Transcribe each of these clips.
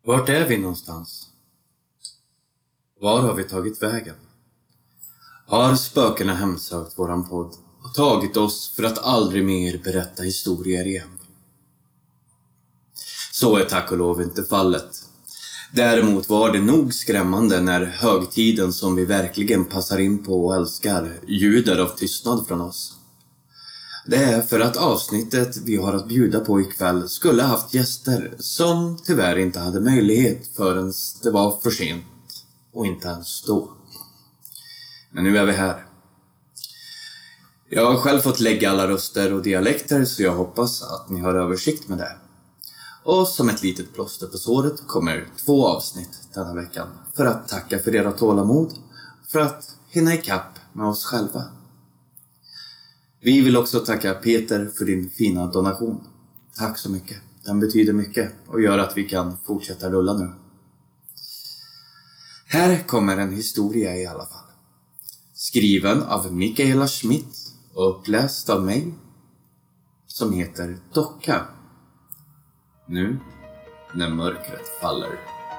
Vart är vi någonstans? Var har vi tagit vägen? Har spökena hemsökt våran podd och tagit oss för att aldrig mer berätta historier igen? Så är tack och lov inte fallet. Däremot var det nog skrämmande när högtiden som vi verkligen passar in på och älskar ljuder av tystnad från oss. Det är för att avsnittet vi har att bjuda på ikväll skulle haft gäster som tyvärr inte hade möjlighet förrän det var för sent och inte ens då. Men nu är vi här. Jag har själv fått lägga alla röster och dialekter så jag hoppas att ni har översikt med det. Och som ett litet plåster på såret kommer 2 avsnitt denna veckan för att tacka för era tålamod, för att hinna ikapp med oss själva. Vi vill också tacka Peter för din fina donation. Tack så mycket. Den betyder mycket och gör att vi kan fortsätta rulla nu. Här kommer en historia i alla fall. Skriven av Mikaela Schmidt och uppläst av mig, som heter Docka. Nu när mörkret faller.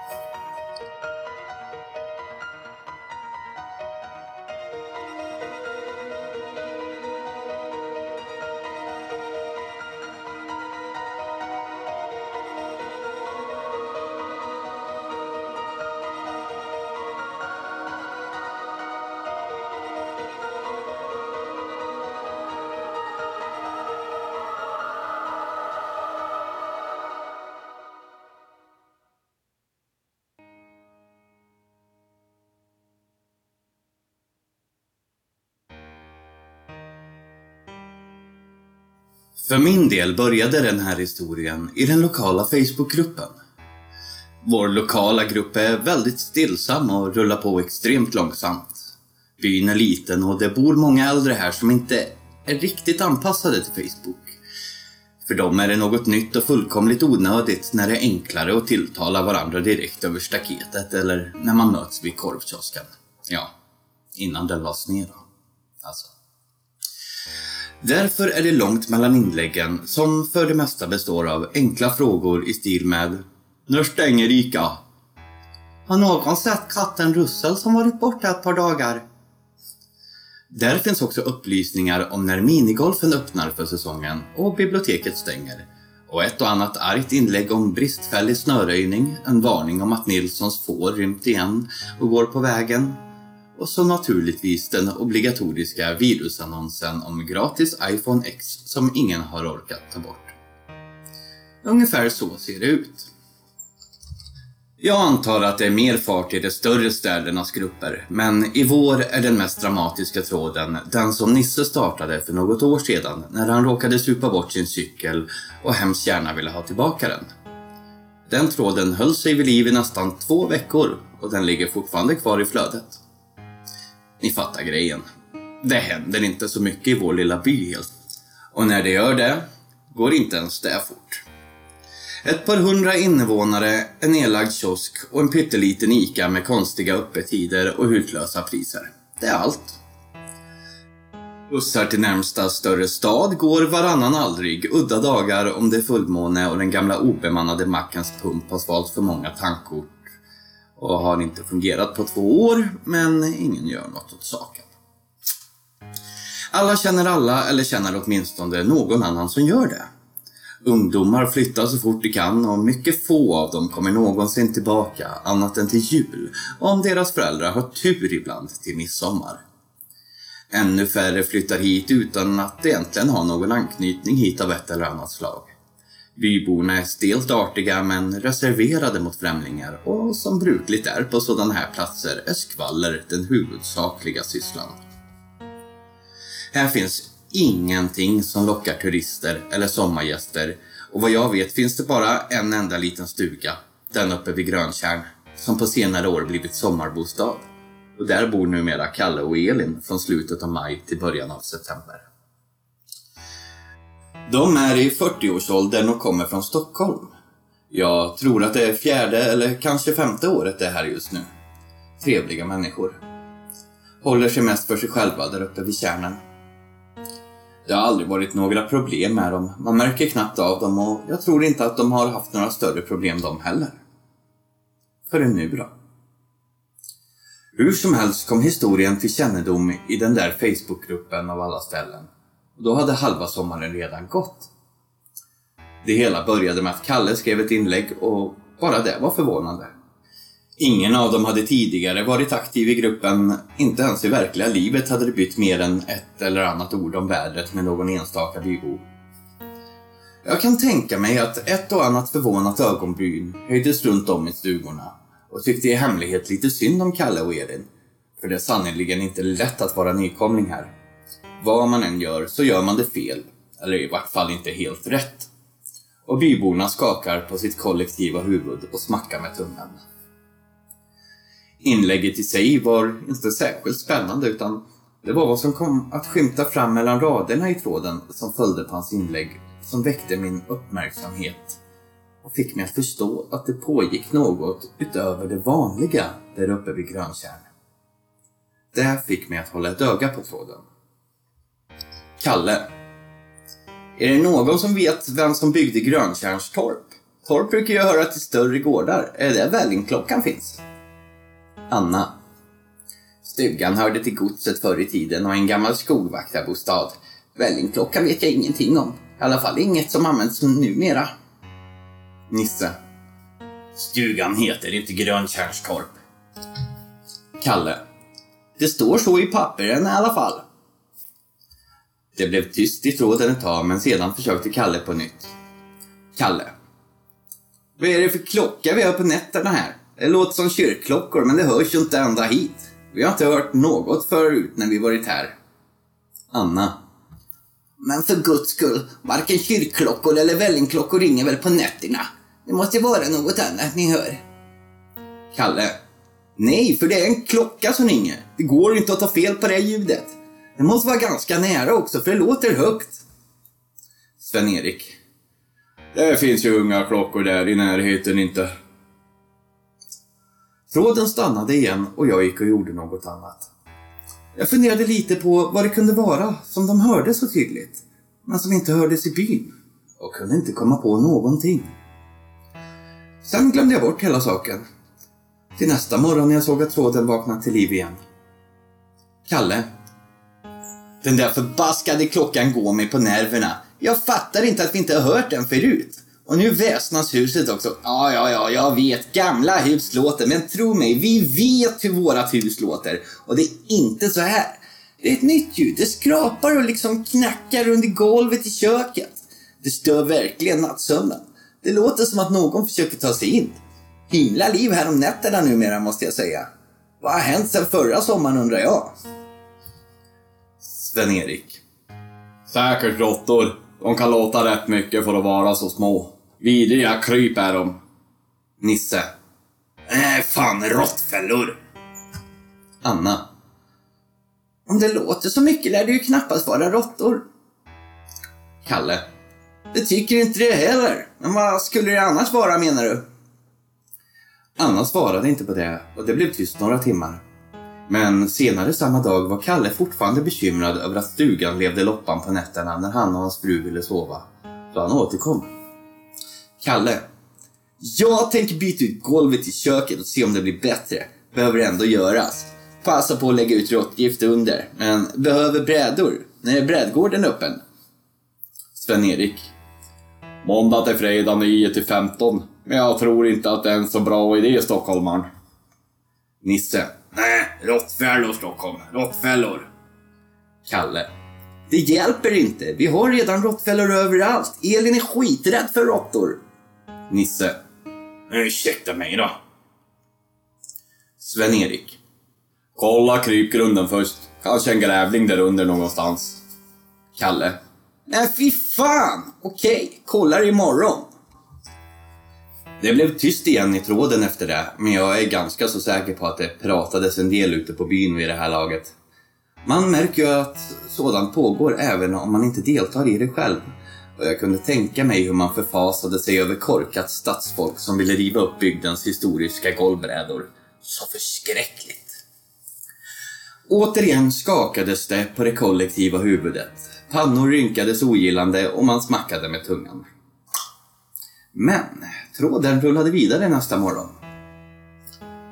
För min del började den här historien i den lokala Facebookgruppen. Vår lokala grupp är väldigt stillsam och rullar på extremt långsamt. Byn är liten och det bor många äldre här som inte är riktigt anpassade till Facebook. För dem är det något nytt och fullkomligt onödigt när det är enklare att tilltala varandra direkt över staketet eller när man möts vid korvkiosken. Ja, innan den lades ner då. Alltså. Därför är det långt mellan inläggen som för det mesta består av enkla frågor i stil med: när stänger Ica? Har någon sett katten Russell som varit borta ett par dagar? Där finns också upplysningar om när minigolfen öppnar för säsongen och biblioteket stänger. Och ett och annat argt inlägg om bristfällig snöröjning, en varning om att Nilssons får rymt igen och går på vägen. Och så naturligtvis den obligatoriska virusannonsen om gratis iPhone X som ingen har orkat ta bort. Ungefär så ser det ut. Jag antar att det är mer fart i de större städernas grupper, men i vår är den mest dramatiska tråden den som Nisse startade för något år sedan när han råkade supa bort sin cykel och hemskt gärna ville ha tillbaka den. Den tråden höll sig vid liv i nästan 2 veckor och den ligger fortfarande kvar i flödet. Ni fattar grejen. Det händer inte så mycket i vår lilla by helt. Och när det gör det, går inte ens det fort. Ett par 100 invånare, en nedlagd kiosk och en pytteliten Ica med konstiga öppettider och hutlösa priser. Det är allt. Bussar till närmsta större stad går varannan aldrig, udda dagar om det är fullmåne och den gamla obemannade mackens pump har svalt för många tankkort. Och har inte fungerat på 2 år, men ingen gör något åt saken. Alla känner alla, eller känner åtminstone någon annan som gör det. Ungdomar flyttar så fort de kan och mycket få av dem kommer någonsin tillbaka annat än till jul, och om deras föräldrar har tur ibland till midsommar. Ännu färre flyttar hit utan att egentligen ha någon anknytning hit av ett eller annat slag. Byborna är stelt artiga men reserverade mot främlingar, och som brukligt är på sådana här platser är skvaller den huvudsakliga sysslan. Här finns ingenting som lockar turister eller sommargäster, och vad jag vet finns det bara en enda liten stuga, den uppe vid Gröntjärn, som på senare år blivit sommarbostad. Och där bor numera Kalle och Elin från slutet av maj till början av september. De är i 40-årsåldern och kommer från Stockholm. Jag tror att det är 4:e eller kanske 5:e året det är här just nu. Trevliga människor. Håller sig mest för sig själva där uppe vid kärnan. Det har aldrig varit några problem med dem. Man märker knappt av dem och jag tror inte att de har haft några större problem de heller. Förrän nu då. Hur som helst kom historien till kännedom i den där Facebookgruppen av alla ställen. Och då hade halva sommaren redan gått. Det hela började med att Kalle skrev ett inlägg och bara det var förvånande. Ingen av dem hade tidigare varit aktiv i gruppen, inte ens i verkliga livet hade det bytt mer än ett eller annat ord om vädret med någon enstaka bybo. Jag kan tänka mig att ett och annat förvånat ögonbryn höjdes runt om i stugorna och tyckte i hemlighet lite synd om Kalle och Elin. För det är sannoliken inte lätt att vara nykomling här. Vad man än gör så gör man det fel, eller i vart fall inte helt rätt. Och byborna skakar på sitt kollektiva huvud och smackar med tungan. Inlägget i sig var inte särskilt spännande utan det var vad som kom att skymta fram mellan raderna i tråden som följde på hans inlägg som väckte min uppmärksamhet och fick mig att förstå att det pågick något utöver det vanliga där uppe vid Gröntjärn. Det fick mig att hålla ett öga på tråden. Kalle. Är det någon som vet vem som byggde Gröntjärns torp? Torp brukar ju höra till större gårdar. Är det där vällingklockan finns? Anna. Stugan hörde till godset förr i tiden och en gammal skogvaktarbostad. Vällingklockan vet jag ingenting om. I alla fall inget som används numera. Nisse. Stugan heter inte Gröntjärnstorp. Kalle. Det står så i papperen i alla fall. Det blev tyst i tråden ett tag men sedan försökte Kalle på nytt. Kalle. Vad är det för klocka vi har på nätterna här? Det låter som kyrkklockor men det hörs ju inte ända hit. Vi har inte hört något förut när vi varit här. Anna. Men för guds skull, varken kyrkklockor eller vällingklockor ringer väl på nätterna. Det måste vara något annat ni hör. Kalle. Nej, för det är en klocka som ringer. Det går inte att ta fel på det ljudet. Det måste vara ganska nära också för det låter högt. Sven-Erik. Det finns ju unga klockor där i närheten inte. Tråden stannade igen och jag gick och gjorde något annat. Jag funderade lite på vad det kunde vara som de hörde så tydligt, men som inte hördes i byn och kunde inte komma på någonting. Sen glömde jag bort hela saken. Till nästa morgon när jag såg att tråden vaknade till liv igen. Kalle. Den där förbaskade klockan går mig på nerverna. Jag fattar inte att vi inte har hört den förut. Och nu väsnas huset också. Ja, jag vet. Gamla hus låter. Men tro mig, vi vet hur vårat hus låter. Och det är inte så här. Det är ett nytt ljud. Det skrapar och liksom knackar under golvet i köket. Det stör verkligen nattsömnen. Det låter som att någon försöker ta sig in. Himla liv här om nätterna numera måste jag säga. Vad har hänt sedan förra sommaren undrar jag? Sven-Erik. Säkert råttor. De kan låta rätt mycket för att vara så små. Vidriga kryp är de. Nisse. Fan, råttfällor. Anna. Om det låter så mycket lär det ju knappast vara råttor. Kalle. Det tycker inte det heller. Men vad skulle det annars vara menar du? Anna svarade inte på det och det blev tyst några timmar. Men senare samma dag var Kalle fortfarande bekymrad över att stugan levde loppan på nätterna när han och hans fru ville sova. Så han återkom. Kalle. Jag tänker byta ut golvet i köket och se om det blir bättre. Behöver ändå göras. Passa på att lägga ut råttgift under. Men behöver brädor. När är brädgården öppen? Sven-Erik. Måndag till fredag 9-15. Men jag tror inte att det är en så bra idé stockholmaren. Nisse. Nej, råttfällor Stockholm. Råttfällor. Kalle. Det hjälper inte. Vi har redan råttfällor överallt. Elin är skiträdd för råttor. Nisse. Ursäkta mig då. Sven-Erik. Kolla krypgrunden först. Kanske en grävling där under någonstans. Kalle. Nej, fy fan. Okej, kollar imorgon. Det blev tyst igen i tråden efter det, men jag är ganska så säker på att det pratades en del ute på byn vid det här laget. Man märker ju att sådant pågår även om man inte deltar i det själv. Och jag kunde tänka mig hur man förfasade sig över korkat stadsfolk som ville riva upp bygdens historiska golvbrädor. Så förskräckligt. Återigen skakades det på det kollektiva huvudet. Pannor rynkades ogillande och man smackade med tungan. Men tråden rullade vidare nästa morgon.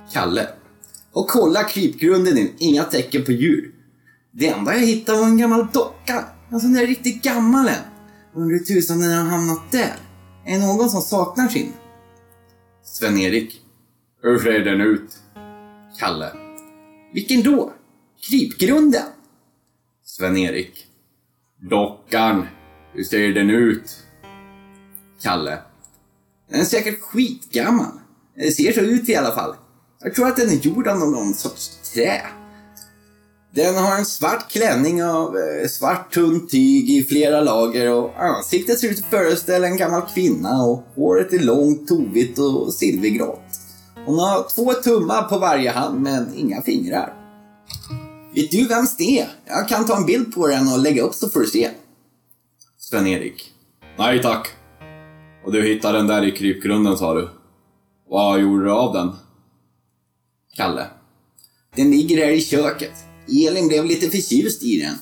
Kalle. Och kolla krypgrunden nu, inga tecken på djur. Det enda jag hittade var en gammal docka. En sån där riktigt gammal en. Undrar tusan när den har hamnat där. Är det någon som saknar sin? Sven-Erik. Hur ser den ut? Kalle. Vilken då? Krypgrunden? Sven-Erik. Dockan. Hur ser den ut? Kalle. Den är säkert skitgammal. Det ser så ut i alla fall. Jag tror att den är gjord av någon sorts trä. Den har en svart klänning av svart tunt tyg i flera lager och ansiktet ser ut att föreställa en gammal kvinna och håret är långt, tovigt och silvergrått. Hon har 2 tummar på varje hand men inga fingrar. Vet du vems det är? Jag kan ta en bild på den och lägga upp så får du se. Sven-Erik. Nej tack. Och du hittade den där i krypgrunden sa du. Vad gjorde du av den? Kalle. Den ligger här i köket. Elin blev lite förtjust i den.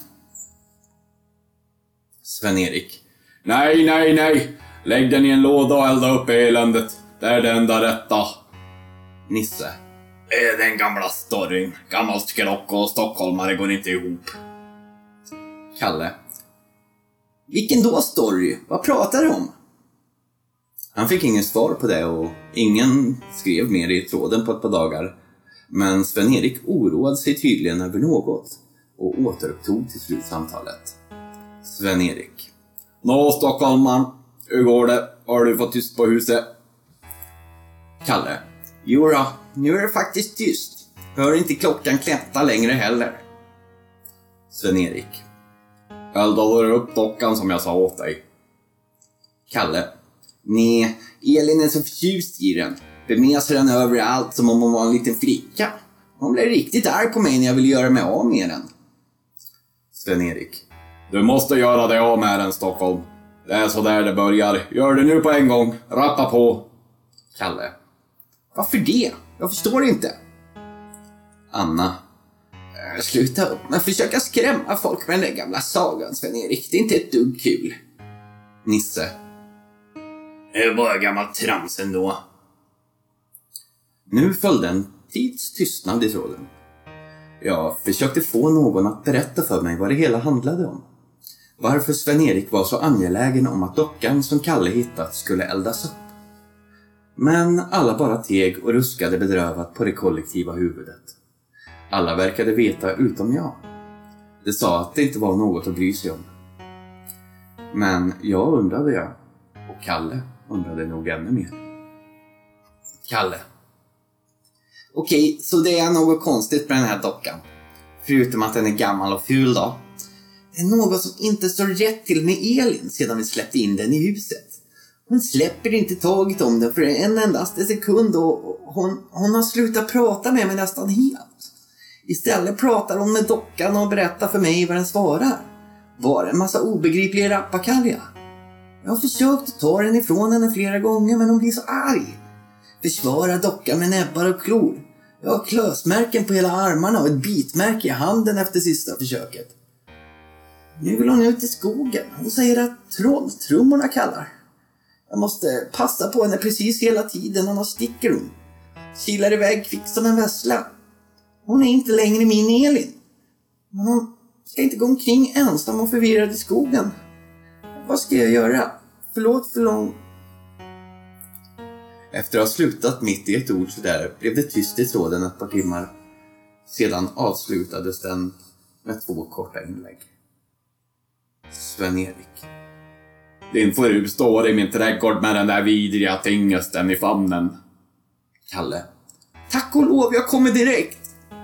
Sven-Erik. Nej. Lägg den i en låda och elda upp eländet. Det är det enda rätta. Nisse. Den gamla storyn. Gammal skrock och stockholmare går inte ihop. Kalle. Vilken då story? Vad pratar du om? Han fick ingen svar på det och ingen skrev mer i tråden på ett par dagar. Men Sven-Erik oroade sig tydligen över något och återupptog till slut samtalet. Sven-Erik. Nå stockholmaren, hur går det? Har du fått tyst på huset? Kalle. Jodå, nu är det faktiskt tyst. Hör inte klockan klämta längre heller. Sven-Erik. Eldade du upp dockan som jag sa åt dig? Kalle. Nej, Elin är så förtjust i den. Bemesar den överallt som om hon var en liten flicka. Hon blev riktigt arg på mig när jag ville göra mig av med den. Sven-Erik. Du måste göra dig av med den, Stockholm. Det är så där det börjar. Gör det nu på en gång. Rappa på. Kalle. Varför det? Jag förstår inte. Anna. Sluta upp med att försöka skrämma folk med den där gamla sagan, Sven-Erik. Det är inte ett dugg kul. Nisse. Det är bara gammal trams ändå. Nu följde en tids tystnad i tråden. Jag försökte få någon att berätta för mig vad det hela handlade om. Varför Sven-Erik var så angelägen om att dockan som Kalle hittat skulle eldas upp. Men alla bara teg och ruskade bedrövat på det kollektiva huvudet. Alla verkade veta utom jag. Det sa att det inte var något att bry sig om. Men jag undrade jag. Och Kalle undrade nog ännu mer. Kalle. Okej, så det är något konstigt med den här dockan. Förutom att den är gammal och ful då. Det är något som inte står rätt till med Elin sedan vi släppte in den i huset. Hon släpper inte taget om den för en endaste sekund och hon har slutat prata med mig nästan helt. Istället pratar hon med dockan och berättar för mig vad den svarar. Bara en massa obegripliga rappakalja. Jag har försökt att ta den ifrån henne flera gånger men hon blir så arg. Försvara dockan med näbbar och klor. Jag har klösmärken på hela armarna och ett bitmärke i handen efter sista försöket. Nu vill hon ut i skogen. Hon säger att trolltrummorna kallar. Jag måste passa på henne precis hela tiden, annars sticker hon. Kilar iväg kvick som en vässla. Hon är inte längre min Elin. Men hon ska inte gå omkring ensam och förvirrad i skogen. Vad ska jag göra? Förlåt för lång. Efter att ha slutat mitt i ett ord så där blev det tyst i tråden ett par timmar. Sedan avslutades den med 2 korta inlägg. Sven-Erik. Din fru står i min trädgård med den där vidriga tingesten i famnen. Kalle. Tack och lov, jag kommer direkt.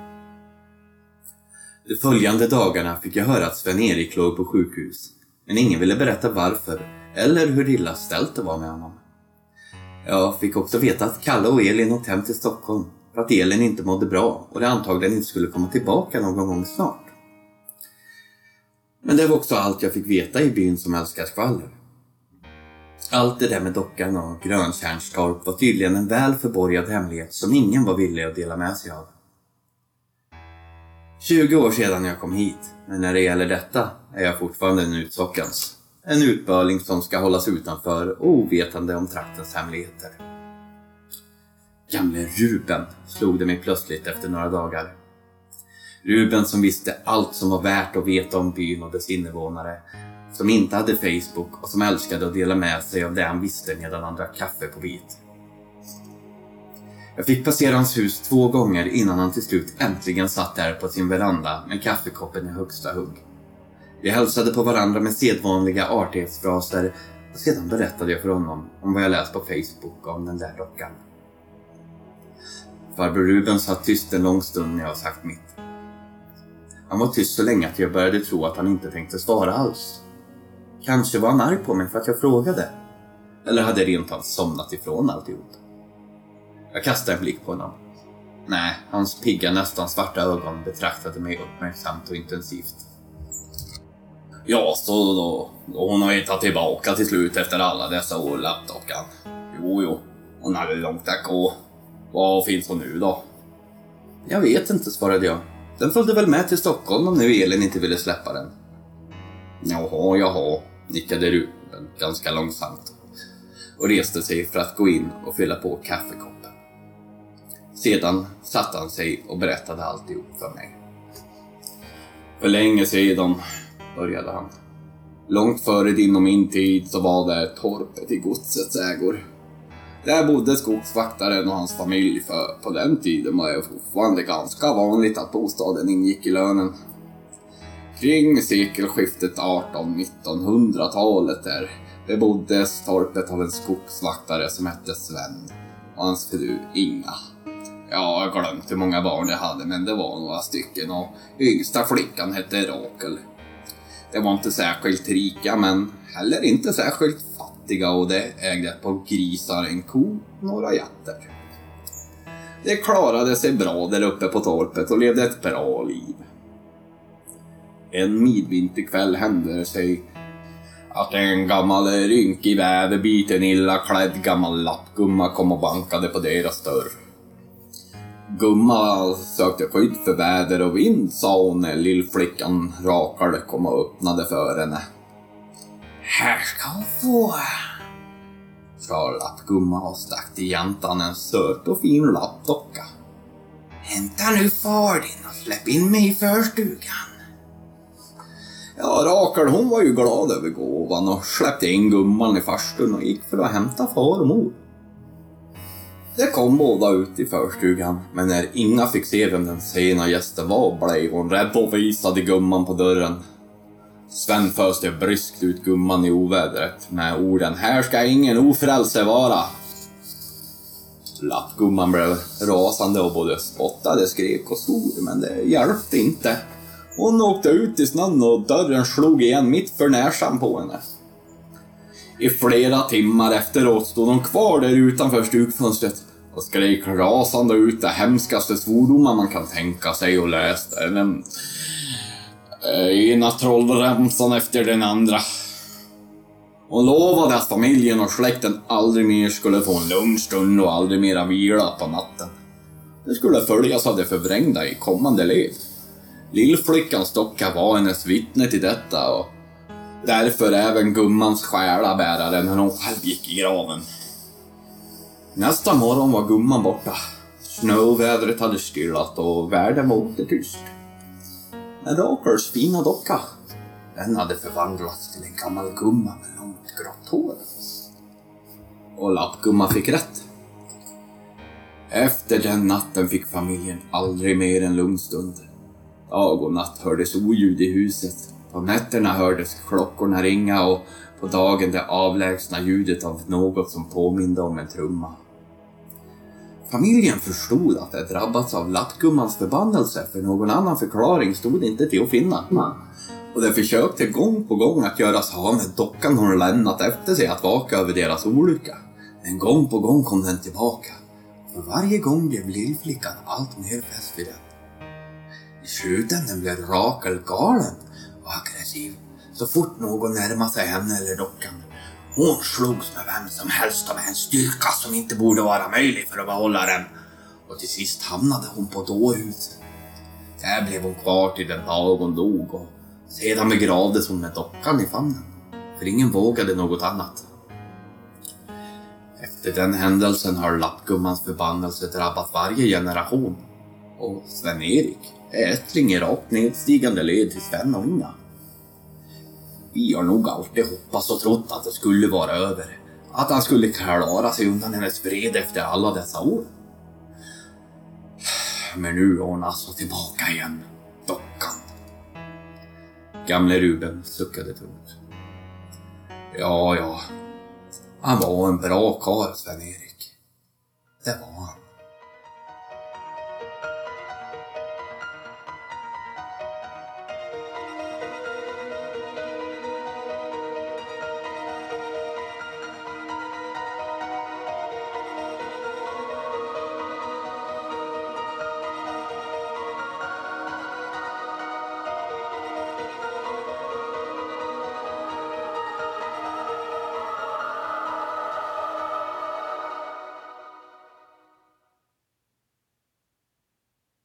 De följande dagarna fick jag höra att Sven-Erik låg på sjukhus. Men ingen ville berätta varför eller hur illa ställt det var med honom. Jag fick också veta att Kalle och Elin åkte hem till Stockholm för att Elin inte mådde bra och det antagligen inte skulle komma tillbaka någon gång snart. Men det var också allt jag fick veta i byn som älskar skvaller. Allt det där med dockan och Gröntjärnstorp var tydligen en väl förborgad hemlighet som ingen var villig att dela med sig av. 20 år sedan jag kom hit, men när det gäller detta är jag fortfarande en utsockans. En utbörling som ska hållas utanför och ovetande om traktens hemligheter. Gamle Ruben, slog det mig plötsligt efter några dagar. Ruben som visste allt som var värt att veta om byn och dess invånare. Som inte hade Facebook och som älskade att dela med sig av det han visste medan han drack kaffe på bit. Jag fick passera hans hus 2 gånger innan han till slut äntligen satt där på sin veranda med kaffekoppen i högsta hugg. Vi hälsade på varandra med sedvanliga artighetsfraser och sedan berättade jag för honom om vad jag läst på Facebook om den där dockan. Farbror Ruben satt tyst en lång stund när jag sagt mitt. Han var tyst så länge att jag började tro att han inte tänkte svara alls. Kanske var han arg på mig för att jag frågade. Eller hade rent av somnat ifrån alltihop. Jag kastade en blick på honom. Nej, hans pigga nästan svarta ögon betraktade mig uppmärksamt och intensivt. Ja, så då hon har hittat tillbaka till slut efter alla dessa år, lappdockan. Jo, hon hade långt att gå. Vad finns hon nu då? Jag vet inte, svarade jag. Den följde väl med till Stockholm om nu Elin inte ville släppa den. Jaha, nickade Ruben ganska långsamt. Och reste sig för att gå in och fylla på kaffekoppen. Sedan satte han sig och berättade alltihop för mig. För länge sedan, började han. Långt före din och min tid så var det torpet i godsets ägor. Där bodde skogsvaktaren och hans familj, för på den tiden var det fortfarande ganska vanligt att bostaden ingick i lönen. Kring sekelskiftet 1800-1900-talet där beboddes torpet av en skogsvaktare som hette Sven och hans fru Inga. Ja, jag glömde hur många barn det hade, men det var några stycken och yngsta flickan hette Rakel. Det var inte särskilt rika men heller inte särskilt fattiga och det ägde ett par grisar, en ko, några getter. Det klarade sig bra där uppe på torpet och levde ett bra liv. En midvinterkväll hände det sig att en gammal rynkig väderbiten illa klädd gammal lappgumma kom och bankade på deras dörr. Gumma sökte skydd för väder och vind, sa hon när lillflickan Rakel kom och öppnade för henne. Här ska hon få, sa lappgumma och stack till jäntan en söt och fin lappdocka. Hämta nu far din och släpp in mig i förstugan. Ja, Rakel hon var ju glad över gåvan och släppte in gumman i farstun och gick för att hämta far och mor. Det kom båda ut i förstugan, men när Inga fick se vem den sena gästen var blev hon rädd och visade gumman på dörren. Sven föste bryskt ut gumman i ovädret med orden här ska ingen ofrälse vara. Lappgumman blev rasande och både spottade, skrek och stod, men det hjälpte inte. Hon åkte ut i snön och dörren slog igen mitt för näsan på henne. I flera timmar efteråt stod hon kvar där utanför stugfönstret och skrek rasande ut det hemskaste svordomar man kan tänka sig och läste den ena trollremsan efter den andra. Hon lovade att familjen och släkten aldrig mer skulle få en lugn stund och aldrig mera vila på natten. Det skulle följas av det förvrängda i kommande liv. Lillflickans docka var hennes vittne till detta och därför även gummans själabärare när hon själv gick i graven. Nästa morgon var gumman borta. Snövädret hade stillat och världen var återtyst. Men Rakels fina docka, den hade förvandlats till en gammal gumma med långt grått hår. Och lappgumma fick rätt. Efter den natten fick familjen aldrig mer en lugn stund. Dag och natt hördes oljud i huset. På nätterna hördes klockorna ringa och på dagen det avlägsna ljudet av något som påminde om en trumma. Familjen förstod att det drabbats av lappgummans förbannelse, för någon annan förklaring stod inte till att finna. Och de försökte gång på gång att göra sig av med dockan hon lämnat efter sig att vaka över deras olycka. Men gång på gång kom den tillbaka. För varje gång blev lillflickan allt mer fäst vid den. I slutändan blev Rakel galen och aggressiv så fort någon närmade sig henne eller dockan. Hon slogs med vem som helst och med en styrka som inte borde vara möjlig för att behålla den. Och till sist hamnade hon på dårhuset. Där blev hon kvar till den dag hon dog och sedan begravdes hon med dockan i famnen. För ingen vågade något annat. Efter den händelsen har lappgummans förbannelse drabbat varje generation. Och Sven-Erik är ättling i rakt nedstigande led till Sven och Inga. Vi har nog alltid hoppats och trott att det skulle vara över. Att han skulle klara sig undan hennes vrede efter alla dessa år. Men nu är hon alltså tillbaka igen, dockan. Gamle Ruben suckade tungt. Ja. Han var en bra karl, Sven-Erik. Det var han.